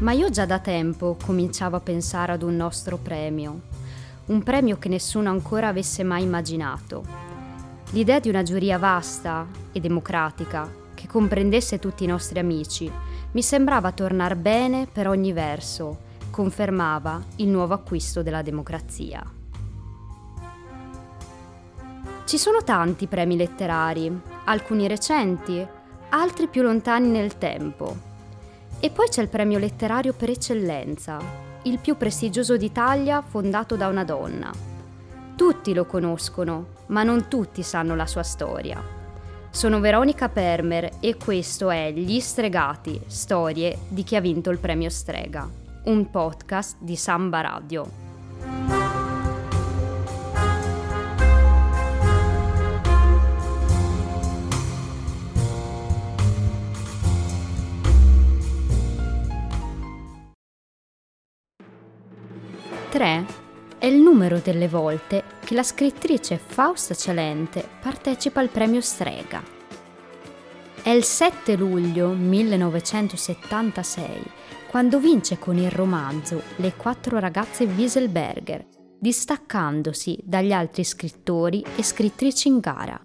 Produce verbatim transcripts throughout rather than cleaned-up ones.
Ma io già da tempo cominciavo a pensare ad un nostro premio, un premio che nessuno ancora avesse mai immaginato. L'idea di una giuria vasta e democratica, che comprendesse tutti i nostri amici, mi sembrava tornar bene per ogni verso, confermava il nuovo acquisto della democrazia. Ci sono tanti premi letterari, alcuni recenti, altri più lontani nel tempo. E poi c'è il premio letterario per eccellenza, il più prestigioso d'Italia fondato da una donna. Tutti lo conoscono, ma non tutti sanno la sua storia. Sono Veronica Permer e questo è Gli Stregati, storie di chi ha vinto il premio Strega, un podcast di Samba Radio. tre è il numero delle volte che la scrittrice Fausta Cialente partecipa al premio Strega. È il sette luglio millenovecentosettantasei quando vince con il romanzo Le quattro ragazze Wieselberger, distaccandosi dagli altri scrittori e scrittrici in gara.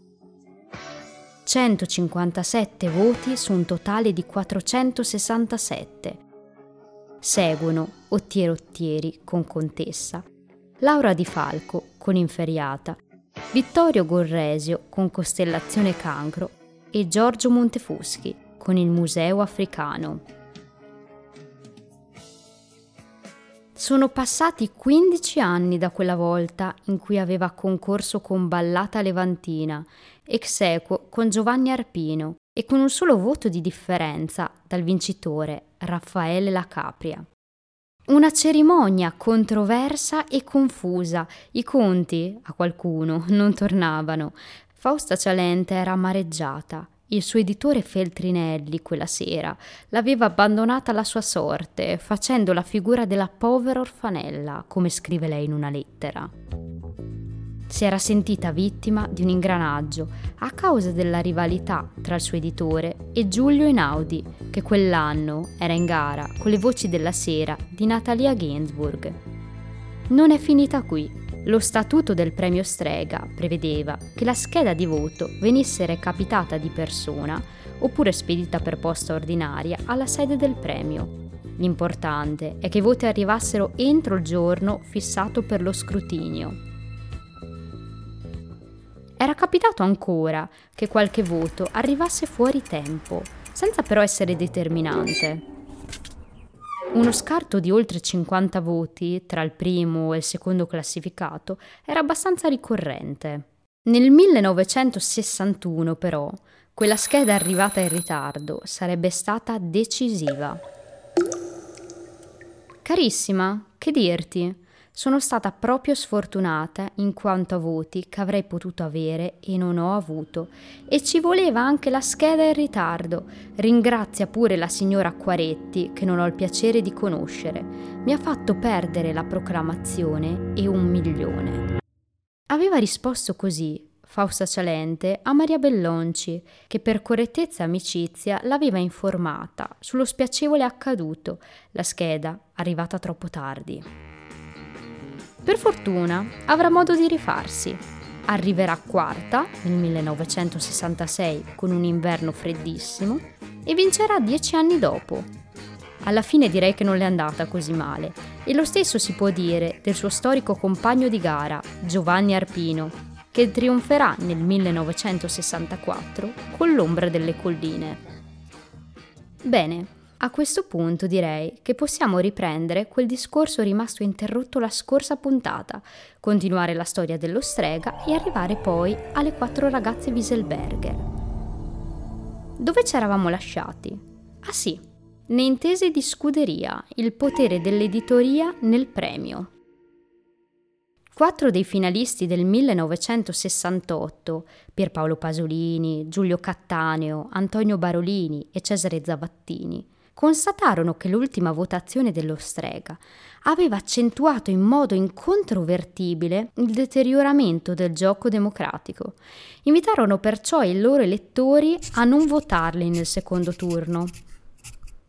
centocinquantasette voti su un totale di quattrocentosessantasette. Seguono Ottiero Ottieri con Contessa, Laura Di Falco con Inferiata, Vittorio Gorresio con Costellazione Cancro e Giorgio Montefuschi con Il Museo Africano. Sono passati quindici anni da quella volta in cui aveva concorso con Ballata Levantina, ex aequo con Giovanni Arpino e con un solo voto di differenza dal vincitore Raffaele La Capria. Una cerimonia controversa e confusa. I conti, a qualcuno, non tornavano. Fausta Cialente era amareggiata. Il suo editore Feltrinelli quella sera l'aveva abbandonata alla sua sorte, facendo la figura della povera orfanella, come scrive lei in una lettera. Si era sentita vittima di un ingranaggio a causa della rivalità tra il suo editore e Giulio Einaudi, che quell'anno era in gara con le voci della sera di Natalia Gainsbourg. Non è finita qui. Lo statuto del premio Strega prevedeva che la scheda di voto venisse recapitata di persona oppure spedita per posta ordinaria alla sede del premio. L'importante è che i voti arrivassero entro il giorno fissato per lo scrutinio. Era capitato ancora che qualche voto arrivasse fuori tempo, senza però essere determinante. Uno scarto di oltre cinquanta voti tra il primo e il secondo classificato era abbastanza ricorrente. Nel millenovecentosessantuno, però, quella scheda arrivata in ritardo sarebbe stata decisiva. Carissima, che dirti? Sono stata proprio sfortunata in quanto a voti che avrei potuto avere e non ho avuto, e ci voleva anche la scheda in ritardo. Ringrazia pure la signora Quaretti, che non ho il piacere di conoscere. Mi ha fatto perdere la proclamazione e un milione. Aveva risposto così Fausta Cialente a Maria Bellonci, che per correttezza e amicizia l'aveva informata sullo spiacevole accaduto, la scheda arrivata troppo tardi. Per fortuna avrà modo di rifarsi. Arriverà quarta nel millenovecentosessantasei con un inverno freddissimo e vincerà dieci anni dopo. Alla fine direi che non le è andata così male e lo stesso si può dire del suo storico compagno di gara, Giovanni Arpino, che trionferà nel millenovecentosessantaquattro con L'ombra delle colline. Bene. A questo punto direi che possiamo riprendere quel discorso rimasto interrotto la scorsa puntata, continuare la storia dello Strega e arrivare poi alle quattro ragazze Wieselberger. Dove ci eravamo lasciati? Ah sì, ne intese di scuderia, il potere dell'editoria nel premio. Quattro dei finalisti del millenovecentosessantotto, Pierpaolo Pasolini, Giulio Cattaneo, Antonio Barolini e Cesare Zavattini, constatarono che l'ultima votazione dello Strega aveva accentuato in modo incontrovertibile il deterioramento del gioco democratico. Invitarono perciò i loro elettori a non votarli nel secondo turno.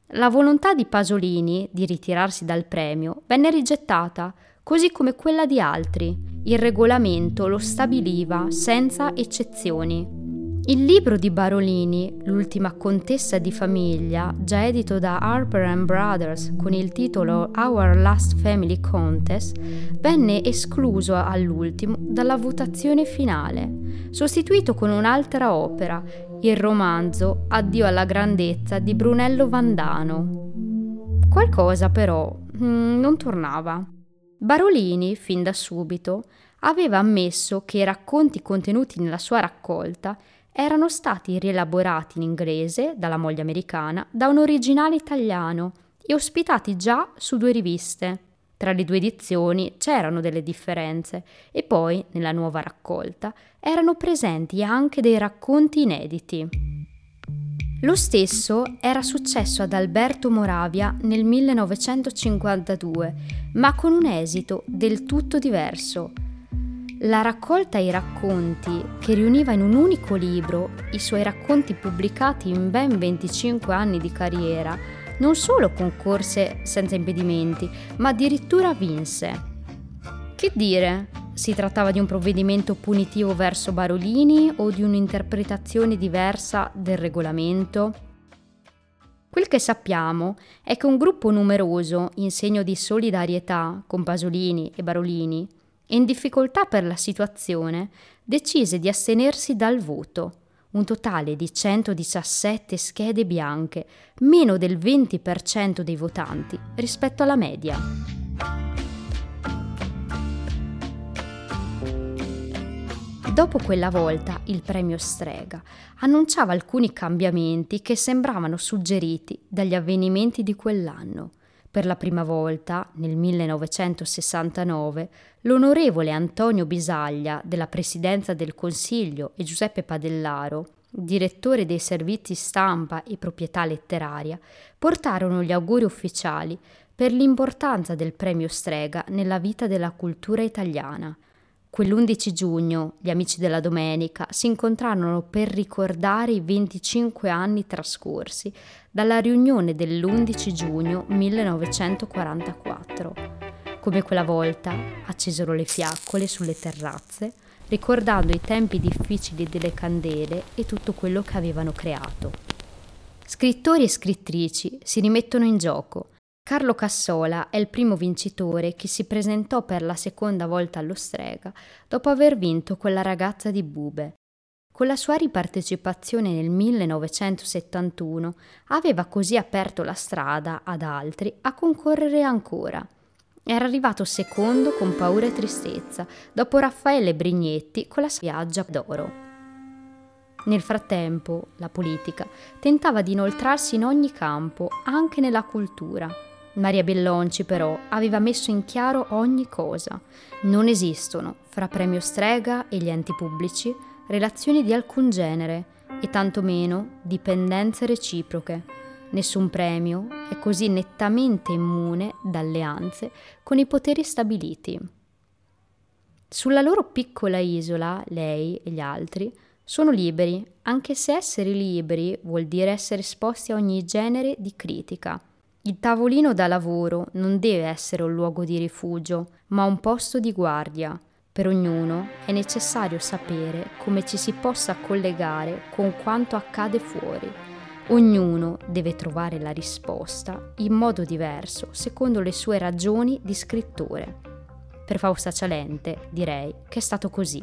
La volontà di Pasolini di ritirarsi dal premio venne rigettata, così come quella di altri. Il regolamento lo stabiliva senza eccezioni. Il libro di Barolini, L'ultima contessa di famiglia, già edito da Harper and Brothers con il titolo Our Last Family Countess, venne escluso all'ultimo dalla votazione finale, sostituito con un'altra opera, il romanzo Addio alla grandezza di Brunello Vandano. Qualcosa però mm, non tornava. Barolini, fin da subito, aveva ammesso che i racconti contenuti nella sua raccolta erano stati rielaborati in inglese dalla moglie americana da un originale italiano e ospitati già su due riviste. Tra le due edizioni c'erano delle differenze e poi, nella nuova raccolta, erano presenti anche dei racconti inediti. Lo stesso era successo ad Alberto Moravia nel millenovecentocinquantadue, ma con un esito del tutto diverso. La raccolta I racconti, che riuniva in un unico libro i suoi racconti pubblicati in ben venticinque anni di carriera, non solo concorse senza impedimenti, ma addirittura vinse. Che dire? Si trattava di un provvedimento punitivo verso Barolini o di un'interpretazione diversa del regolamento? Quel che sappiamo è che un gruppo numeroso, in segno di solidarietà con Pasolini e Barolini, e in difficoltà per la situazione, decise di astenersi dal voto. Un totale di centodiciassette schede bianche, meno del venti per cento dei votanti rispetto alla media. Dopo quella volta il premio Strega annunciava alcuni cambiamenti che sembravano suggeriti dagli avvenimenti di quell'anno. Per la prima volta, nel millenovecentosessantanove, l'onorevole Antonio Bisaglia, della Presidenza del Consiglio, e Giuseppe Padellaro, direttore dei servizi stampa e proprietà letteraria, portarono gli auguri ufficiali per l'importanza del premio Strega nella vita della cultura italiana. Quell'undici giugno gli amici della Domenica si incontrarono per ricordare i venticinque anni trascorsi dalla riunione dell'undici giugno millenovecentoquarantaquattro. Come quella volta accesero le fiaccole sulle terrazze, ricordando i tempi difficili delle candele e tutto quello che avevano creato. Scrittori e scrittrici si rimettono in gioco. Carlo Cassola è il primo vincitore che si presentò per la seconda volta allo Strega dopo aver vinto Quella ragazza di Bube. Con la sua ripartecipazione nel millenovecentosettantuno aveva così aperto la strada ad altri a concorrere ancora. Era arrivato secondo con Paura e tristezza, dopo Raffaele Brignetti con La spiaggia d'oro. Nel frattempo, la politica tentava di inoltrarsi in ogni campo, anche nella cultura. Maria Bellonci, però, aveva messo in chiaro ogni cosa. Non esistono, fra premio Strega e gli enti pubblici, relazioni di alcun genere e tantomeno dipendenze reciproche. Nessun premio è così nettamente immune da alleanze con i poteri stabiliti. Sulla loro piccola isola, lei e gli altri sono liberi, anche se essere liberi vuol dire essere esposti a ogni genere di critica. Il tavolino da lavoro non deve essere un luogo di rifugio, ma un posto di guardia. Per ognuno è necessario sapere come ci si possa collegare con quanto accade fuori. Ognuno deve trovare la risposta in modo diverso, secondo le sue ragioni di scrittore. Per Fausta Cialente direi che è stato così.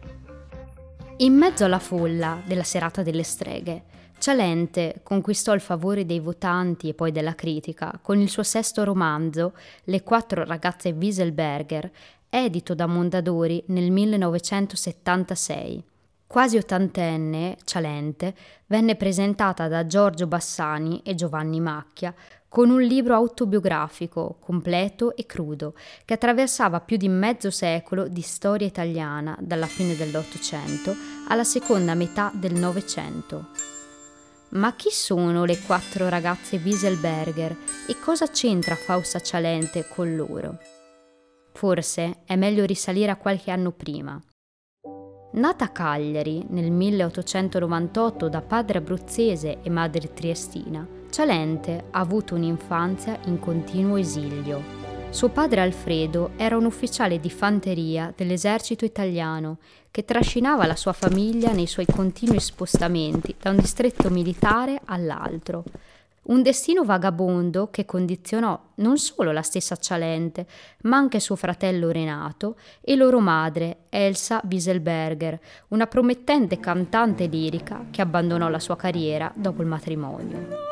In mezzo alla folla della serata delle streghe, Cialente conquistò il favore dei votanti e poi della critica con il suo sesto romanzo, Le quattro ragazze Wieselberger, edito da Mondadori nel millenovecentosettantasei. Quasi ottantenne, Cialente venne presentata da Giorgio Bassani e Giovanni Macchia con un libro autobiografico, completo e crudo, che attraversava più di mezzo secolo di storia italiana dalla fine dell'Ottocento alla seconda metà del Novecento. Ma chi sono le quattro ragazze Wieselberger e cosa c'entra Fausta Cialente con loro? Forse è meglio risalire a qualche anno prima. Nata a Cagliari nel milleottocentonovantotto da padre abruzzese e madre triestina, Cialente ha avuto un'infanzia in continuo esilio. Suo padre Alfredo era un ufficiale di fanteria dell'esercito italiano che trascinava la sua famiglia nei suoi continui spostamenti da un distretto militare all'altro. Un destino vagabondo che condizionò non solo la stessa Cialente, ma anche suo fratello Renato e loro madre, Elsa Wieselberger, una promettente cantante lirica che abbandonò la sua carriera dopo il matrimonio.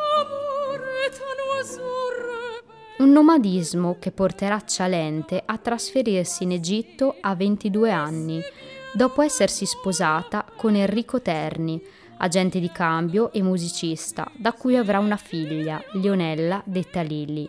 Un nomadismo che porterà Cialente a trasferirsi in Egitto a ventidue anni, dopo essersi sposata con Enrico Terni, agente di cambio e musicista, da cui avrà una figlia, Leonella detta Lilli.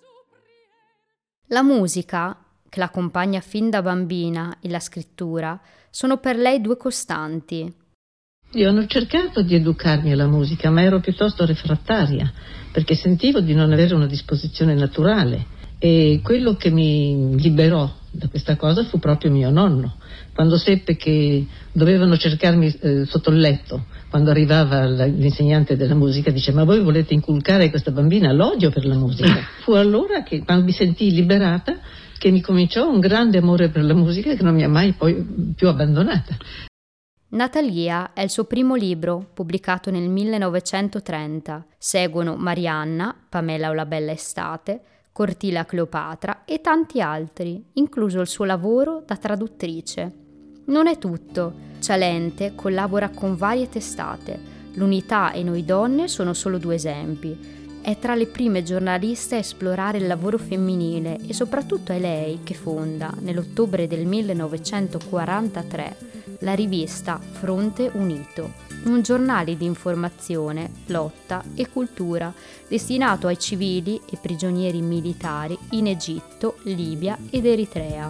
La musica, che l'accompagna fin da bambina, e la scrittura, sono per lei due costanti. Io ho cercato di educarmi alla musica, ma ero piuttosto refrattaria, perché sentivo di non avere una disposizione naturale, e quello che mi liberò da questa cosa fu proprio mio nonno. Quando seppe che dovevano cercarmi eh, sotto il letto, quando arrivava l'insegnante della musica, dice: ma voi volete inculcare a questa bambina l'odio per la musica? Fu allora che, quando mi sentii liberata, che mi cominciò un grande amore per la musica che non mi ha mai poi più abbandonata. Natalia è il suo primo libro, pubblicato nel millenovecentotrenta. Seguono Marianna, Pamela o la bella estate, Cortila Cleopatra e tanti altri, incluso il suo lavoro da traduttrice. Non è tutto. Cialente collabora con varie testate. L'Unità e Noi Donne sono solo due esempi. È tra le prime giornaliste a esplorare il lavoro femminile e soprattutto è lei che fonda, nell'ottobre del millenovecentoquarantatré, la rivista Fronte Unito, un giornale di informazione, lotta e cultura destinato ai civili e prigionieri militari in Egitto, Libia ed Eritrea.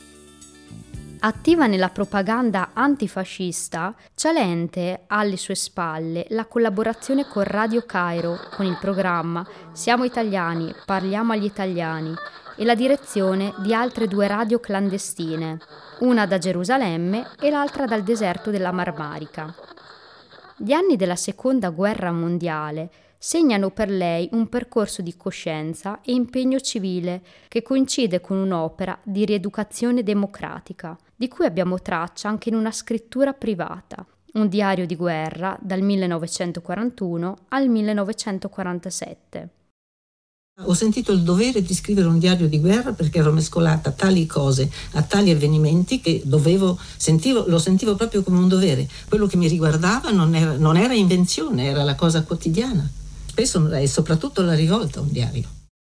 Attiva nella propaganda antifascista, Cialente ha alle sue spalle la collaborazione con Radio Cairo con il programma Siamo italiani, parliamo agli italiani e la direzione di altre due radio clandestine, una da Gerusalemme e l'altra dal deserto della Marmarica. Gli anni della Seconda Guerra Mondiale segnano per lei un percorso di coscienza e impegno civile che coincide con un'opera di rieducazione democratica, di cui abbiamo traccia anche in una scrittura privata, un diario di guerra dal millenovecentoquarantuno al millenovecentoquarantasette. Ho sentito il dovere di scrivere un diario di guerra perché ero mescolata a tali cose, a tali avvenimenti che dovevo, sentivo, lo sentivo proprio come un dovere. Quello che mi riguardava non era, non era invenzione, era la cosa quotidiana. Spesso è soprattutto la rivolta un diario.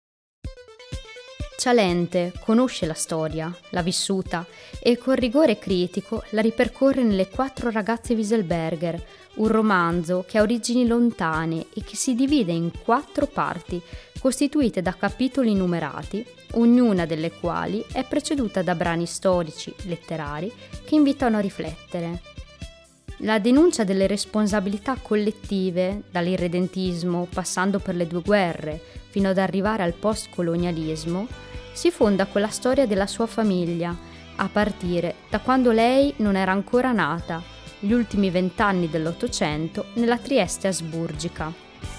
Cialente conosce la storia, l'ha vissuta e con rigore critico la ripercorre nelle Quattro ragazze Wieselberger, un romanzo che ha origini lontane e che si divide in quattro parti, costituite da capitoli numerati, ognuna delle quali è preceduta da brani storici, letterari, che invitano a riflettere. La denuncia delle responsabilità collettive, dall'irredentismo passando per le due guerre fino ad arrivare al post-colonialismo, si fonda con la storia della sua famiglia, a partire da quando lei non era ancora nata, gli ultimi vent'anni dell'Ottocento, nella Trieste asburgica.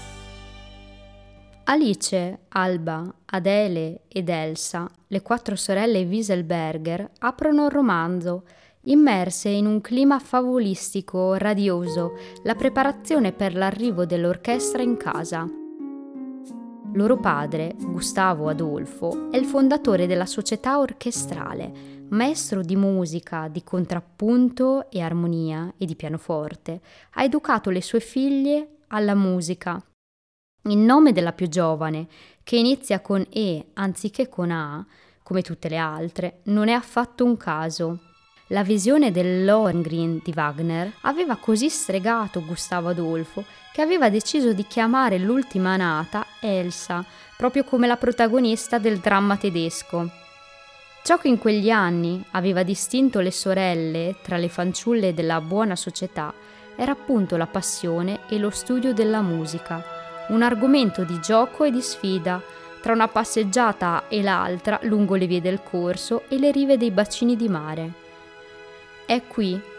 Alice, Alba, Adele ed Elsa, le quattro sorelle Wieselberger, aprono il romanzo, immerse in un clima favolistico, radioso, la preparazione per l'arrivo dell'orchestra in casa. Loro padre, Gustavo Adolfo, è il fondatore della società orchestrale, maestro di musica, di contrappunto e armonia e di pianoforte. Ha educato le sue figlie alla musica. Il nome della più giovane, che inizia con E anziché con A, come tutte le altre, non è affatto un caso. La visione del Lohengrin di Wagner aveva così stregato Gustavo Adolfo che aveva deciso di chiamare l'ultima nata Elsa, proprio come la protagonista del dramma tedesco. Ciò che in quegli anni aveva distinto le sorelle tra le fanciulle della buona società era appunto la passione e lo studio della musica, un argomento di gioco e di sfida tra una passeggiata e l'altra lungo le vie del corso e le rive dei bacini di mare. È qui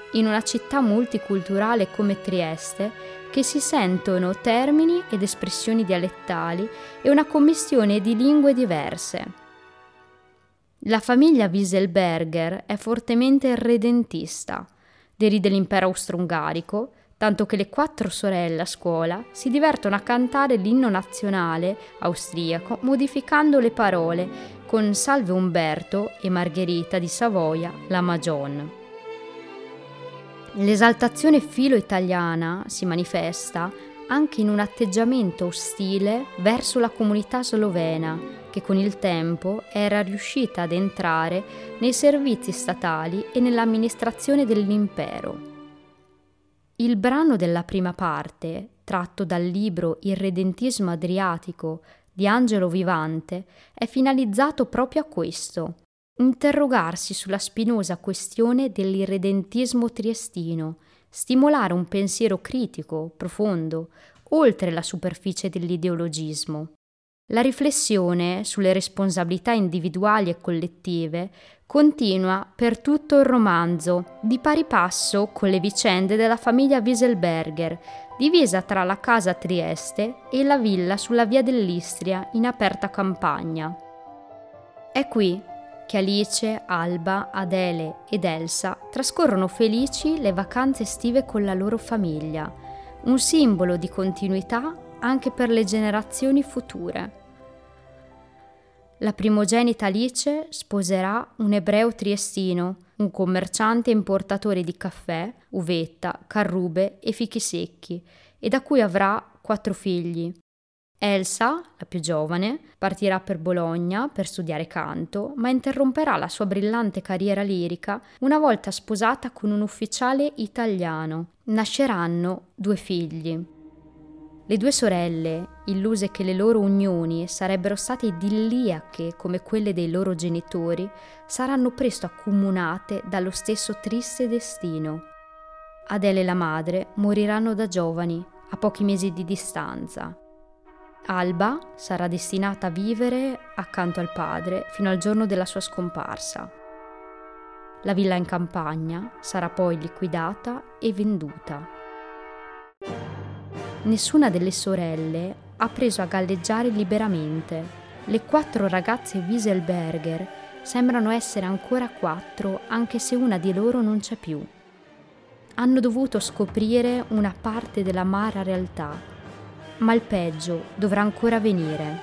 in una città multiculturale come Trieste, che si sentono termini ed espressioni dialettali e una commistione di lingue diverse. La famiglia Wieselberger è fortemente redentista, deride l'impero austro-ungarico, tanto che le quattro sorelle a scuola si divertono a cantare l'inno nazionale austriaco modificando le parole con Salve Umberto e Margherita di Savoia, la Magione. L'esaltazione filo-italiana si manifesta anche in un atteggiamento ostile verso la comunità slovena, che con il tempo era riuscita ad entrare nei servizi statali e nell'amministrazione dell'impero. Il brano della prima parte, tratto dal libro Il Redentismo Adriatico di Angelo Vivante, è finalizzato proprio a questo: interrogarsi sulla spinosa questione dell'irredentismo triestino, stimolare un pensiero critico, profondo, oltre la superficie dell'ideologismo. La riflessione sulle responsabilità individuali e collettive continua per tutto il romanzo, di pari passo con le vicende della famiglia Wieselberger, divisa tra la casa a Trieste e la villa sulla via dell'Istria in aperta campagna. È qui che Alice, Alba, Adele ed Elsa trascorrono felici le vacanze estive con la loro famiglia, un simbolo di continuità anche per le generazioni future. La primogenita Alice sposerà un ebreo triestino, un commerciante importatore di caffè, uvetta, carrube e fichi secchi, e da cui avrà quattro figli. Elsa, la più giovane, partirà per Bologna per studiare canto, ma interromperà la sua brillante carriera lirica una volta sposata con un ufficiale italiano. Nasceranno due figli. Le due sorelle, illuse che le loro unioni sarebbero state idilliache come quelle dei loro genitori, saranno presto accomunate dallo stesso triste destino. Adele e la madre moriranno da giovani, a pochi mesi di distanza. Alba sarà destinata a vivere accanto al padre fino al giorno della sua scomparsa. La villa in campagna sarà poi liquidata e venduta. Nessuna delle sorelle ha preso a galleggiare liberamente. Le quattro ragazze Wieselberger sembrano essere ancora quattro, anche se una di loro non c'è più. Hanno dovuto scoprire una parte dell'amara realtà, ma il peggio dovrà ancora venire.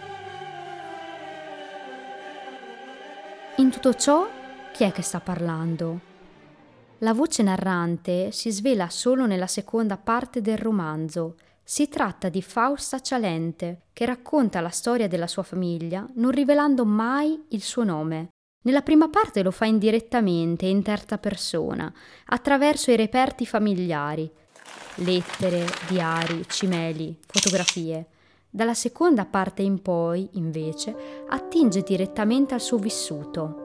In tutto ciò, chi è che sta parlando? La voce narrante si svela solo nella seconda parte del romanzo. Si tratta di Fausta Cialente, che racconta la storia della sua famiglia, non rivelando mai il suo nome. Nella prima parte lo fa indirettamente, in terza persona, attraverso i reperti familiari, lettere, diari, cimeli, fotografie. Dalla seconda parte in poi, invece, attinge direttamente al suo vissuto.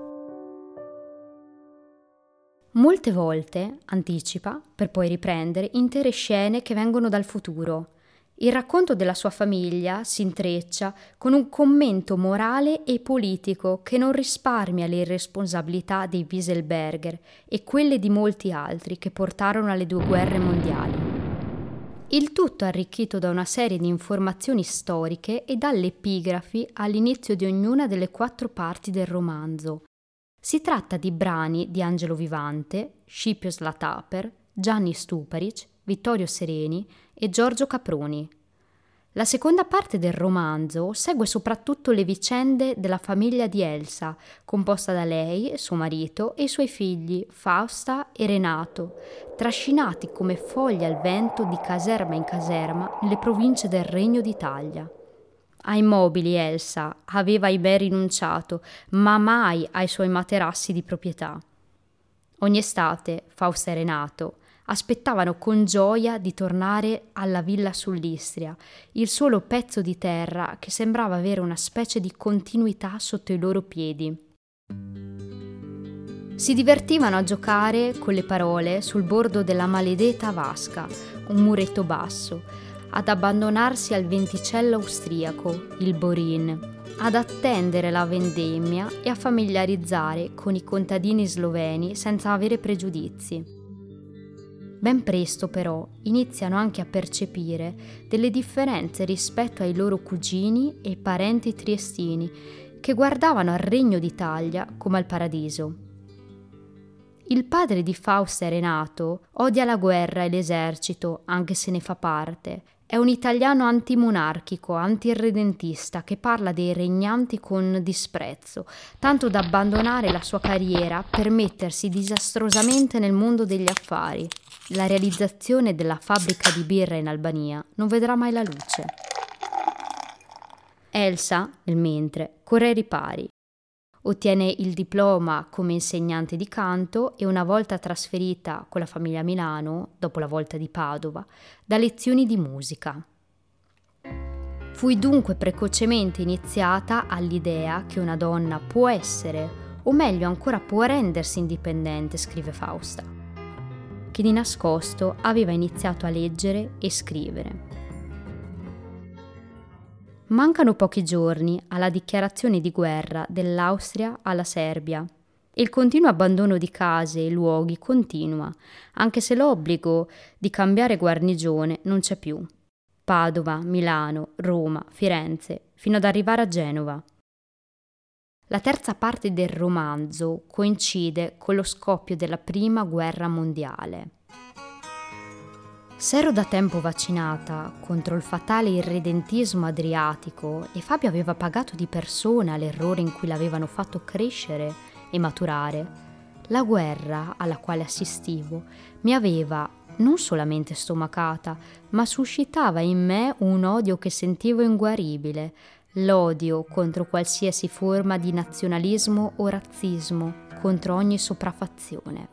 Molte volte anticipa, per poi riprendere, intere scene che vengono dal futuro. Il racconto della sua famiglia si intreccia con un commento morale e politico che non risparmia le irresponsabilità dei Wieselberger e quelle di molti altri che portarono alle due guerre mondiali. Il tutto arricchito da una serie di informazioni storiche e dalle epigrafi all'inizio di ognuna delle quattro parti del romanzo. Si tratta di brani di Angelo Vivante, Scipio Slataper, Gianni Stuparic, Vittorio Sereni e Giorgio Caproni. La seconda parte del romanzo segue soprattutto le vicende della famiglia di Elsa, composta da lei, suo marito e i suoi figli Fausta e Renato, trascinati come foglie al vento di caserma in caserma nelle province del Regno d'Italia. Ai mobili Elsa aveva ahimè rinunciato, ma mai ai suoi materassi di proprietà. Ogni estate Fausta e Renato aspettavano con gioia di tornare alla villa sull'Istria, il solo pezzo di terra che sembrava avere una specie di continuità sotto i loro piedi. Si divertivano a giocare con le parole sul bordo della maledetta vasca, un muretto basso, ad abbandonarsi al venticello austriaco, il Borin, ad attendere la vendemmia e a familiarizzare con i contadini sloveni senza avere pregiudizi. Ben presto però iniziano anche a percepire delle differenze rispetto ai loro cugini e parenti triestini che guardavano al Regno d'Italia come al paradiso. Il padre di Fausta e Renato odia la guerra e l'esercito, anche se ne fa parte. È un italiano antimonarchico, antirredentista che parla dei regnanti con disprezzo, tanto da abbandonare la sua carriera per mettersi disastrosamente nel mondo degli affari. La realizzazione della fabbrica di birra in Albania non vedrà mai la luce. Elsa, nel mentre, corre ai ripari. Ottiene il diploma come insegnante di canto e una volta trasferita con la famiglia a Milano, dopo la volta di Padova, dà lezioni di musica. Fui dunque precocemente iniziata all'idea che una donna può essere, o meglio ancora può rendersi indipendente, scrive Fausta, che di nascosto aveva iniziato a leggere e scrivere. Mancano pochi giorni alla dichiarazione di guerra dell'Austria alla Serbia e il continuo abbandono di case e luoghi continua, anche se l'obbligo di cambiare guarnigione non c'è più. Padova, Milano, Roma, Firenze, fino ad arrivare a Genova. La terza parte del romanzo coincide con lo scoppio della Prima Guerra Mondiale. S'ero da tempo vaccinata contro il fatale irredentismo adriatico e Fabio aveva pagato di persona l'errore in cui l'avevano fatto crescere e maturare, la guerra alla quale assistivo mi aveva non solamente stomacata, ma suscitava in me un odio che sentivo inguaribile, l'odio contro qualsiasi forma di nazionalismo o razzismo, contro ogni sopraffazione.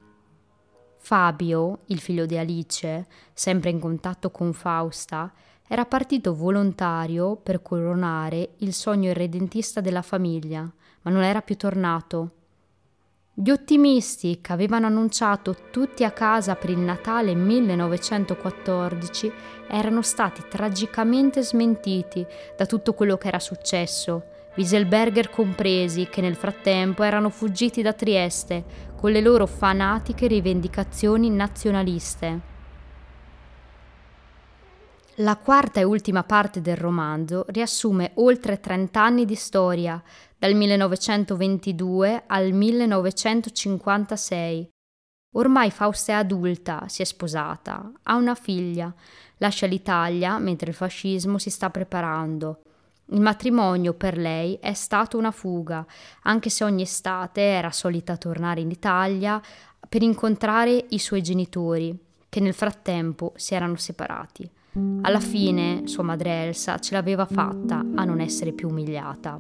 Fabio, il figlio di Alice, sempre in contatto con Fausta, era partito volontario per coronare il sogno irredentista della famiglia, ma non era più tornato. Gli ottimisti che avevano annunciato tutti a casa per il Natale millenovecentoquattordici erano stati tragicamente smentiti da tutto quello che era successo, Wieselberger compresi, che nel frattempo erano fuggiti da Trieste con le loro fanatiche rivendicazioni nazionaliste. La quarta e ultima parte del romanzo riassume oltre trent'anni di storia, dal millenovecentoventidue al millenovecentocinquantasei. Ormai Fausta è adulta, si è sposata, ha una figlia, lascia l'Italia mentre il fascismo si sta preparando. Il matrimonio per lei è stato una fuga, anche se ogni estate era solita tornare in Italia per incontrare i suoi genitori, che nel frattempo si erano separati. Alla fine sua madre Elsa ce l'aveva fatta a non essere più umiliata.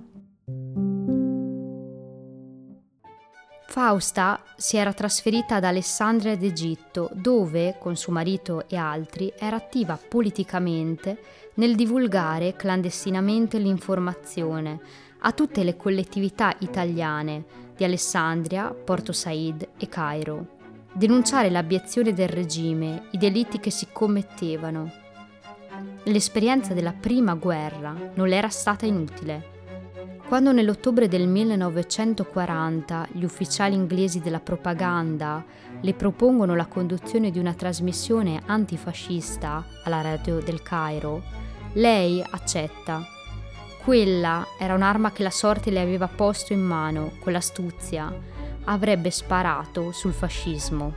Fausta si era trasferita ad Alessandria d'Egitto, dove, con suo marito e altri, era attiva politicamente nel divulgare clandestinamente l'informazione a tutte le collettività italiane di Alessandria, Porto Said e Cairo, denunciare l'abiezione del regime, i delitti che si commettevano. L'esperienza della prima guerra non le era stata inutile. Quando nell'ottobre del millenovecentoquaranta gli ufficiali inglesi della propaganda le propongono la conduzione di una trasmissione antifascista alla radio del Cairo, lei accetta. Quella era un'arma che la sorte le aveva posto in mano, con l'astuzia. Avrebbe sparato sul fascismo.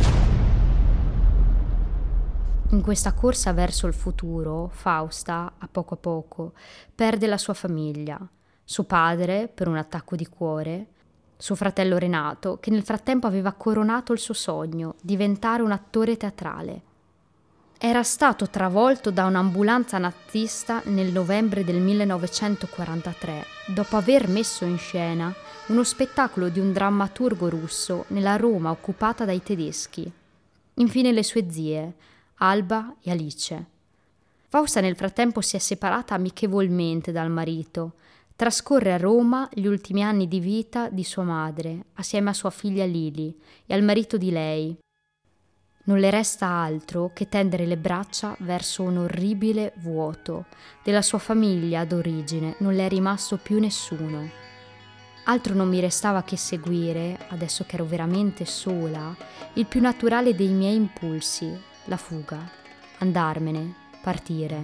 In questa corsa verso il futuro, Fausta, a poco a poco, perde la sua famiglia. Suo padre, per un attacco di cuore, suo fratello Renato, che nel frattempo aveva coronato il suo sogno, diventare un attore teatrale. Era stato travolto da un'ambulanza nazista nel novembre del millenovecentoquarantatré, dopo aver messo in scena uno spettacolo di un drammaturgo russo nella Roma occupata dai tedeschi. Infine le sue zie, Alba e Alice. Fausta nel frattempo si è separata amichevolmente dal marito. Trascorre a Roma gli ultimi anni di vita di sua madre, assieme a sua figlia Lili e al marito di lei. Non le resta altro che tendere le braccia verso un orribile vuoto. Della sua famiglia d'origine non le è rimasto più nessuno. Altro non mi restava che seguire, adesso che ero veramente sola, il più naturale dei miei impulsi, la fuga, andarmene, partire.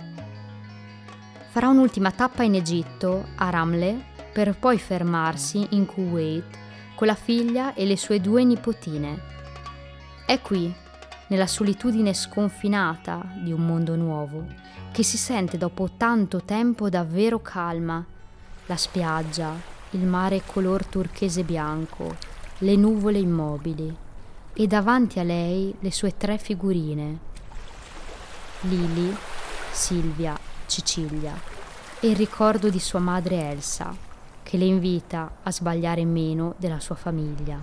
Farà un'ultima tappa in Egitto, a Ramle, per poi fermarsi in Kuwait con la figlia e le sue due nipotine. È qui, nella solitudine sconfinata di un mondo nuovo, che si sente dopo tanto tempo davvero calma. La spiaggia, il mare color turchese bianco, le nuvole immobili e davanti a lei le sue tre figurine, Lili, Silvia, Cecilia, e il ricordo di sua madre Elsa, che le invita a sbagliare meno della sua famiglia.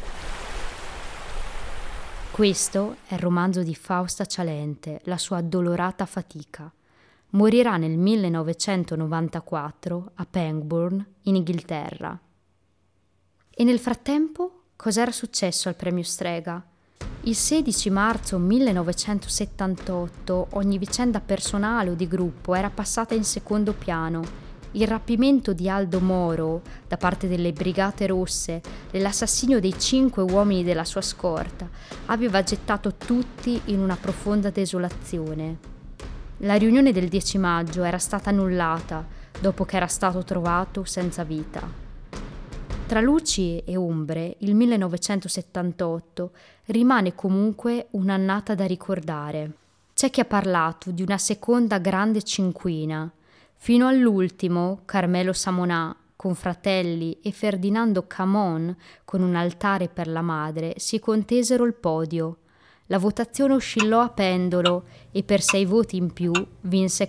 Questo è il romanzo di Fausta Cialente, la sua addolorata fatica. Morirà nel millenovecentonovantaquattro a Pangbourne, in Inghilterra. E nel frattempo, cos'era successo al premio Strega? Il sedici marzo millenovecentosettantotto ogni vicenda personale o di gruppo era passata in secondo piano. Il rapimento di Aldo Moro da parte delle Brigate Rosse e l'assassinio dei cinque uomini della sua scorta aveva gettato tutti in una profonda desolazione. La riunione del dieci maggio era stata annullata dopo che era stato trovato senza vita. Tra luci e ombre, il millenovecentosettantotto rimane comunque un'annata da ricordare. C'è chi ha parlato di una seconda grande cinquina. Fino all'ultimo, Carmelo Samonà, con Fratelli e Ferdinando Camon, con un altare per la madre, si contesero il podio. La votazione oscillò a pendolo e per sei voti in più vinse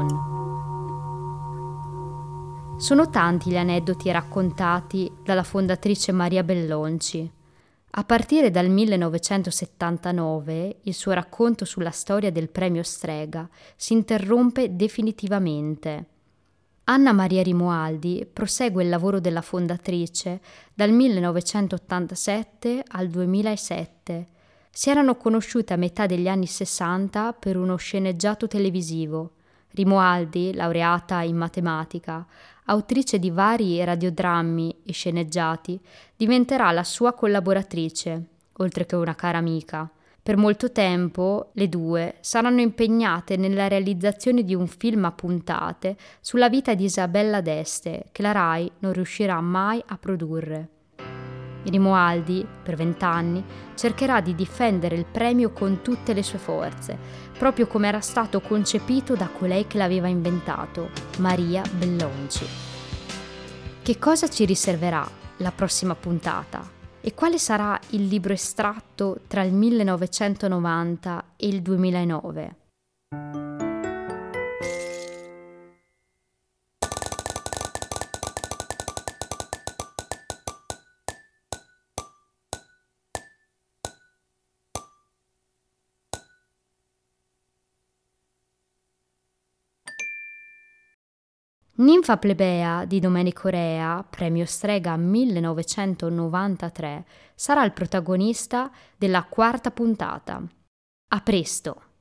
Camon. Sono tanti gli aneddoti raccontati dalla fondatrice Maria Bellonci. A partire dal millenovecentosettantanove il suo racconto sulla storia del premio Strega si interrompe definitivamente. Anna Maria Rimualdi prosegue il lavoro della fondatrice dal millenovecentottantasette al duemilasette. Si erano conosciute a metà degli anni sessanta per uno sceneggiato televisivo. Rimualdi, laureata in matematica, autrice di vari radiodrammi e sceneggiati, diventerà la sua collaboratrice, oltre che una cara amica. Per molto tempo le due saranno impegnate nella realizzazione di un film a puntate sulla vita di Isabella d'Este, che la Rai non riuscirà mai a produrre. Rimualdi, per vent'anni, cercherà di difendere il premio con tutte le sue forze, proprio come era stato concepito da colei che l'aveva inventato, Maria Bellonci. Che cosa ci riserverà la prossima puntata? E quale sarà il libro estratto tra il millenovecentonovanta e il duemilanove? Ninfa plebea di Domenico Rea, premio Strega millenovecentonovantatré, sarà il protagonista della quarta puntata. A presto!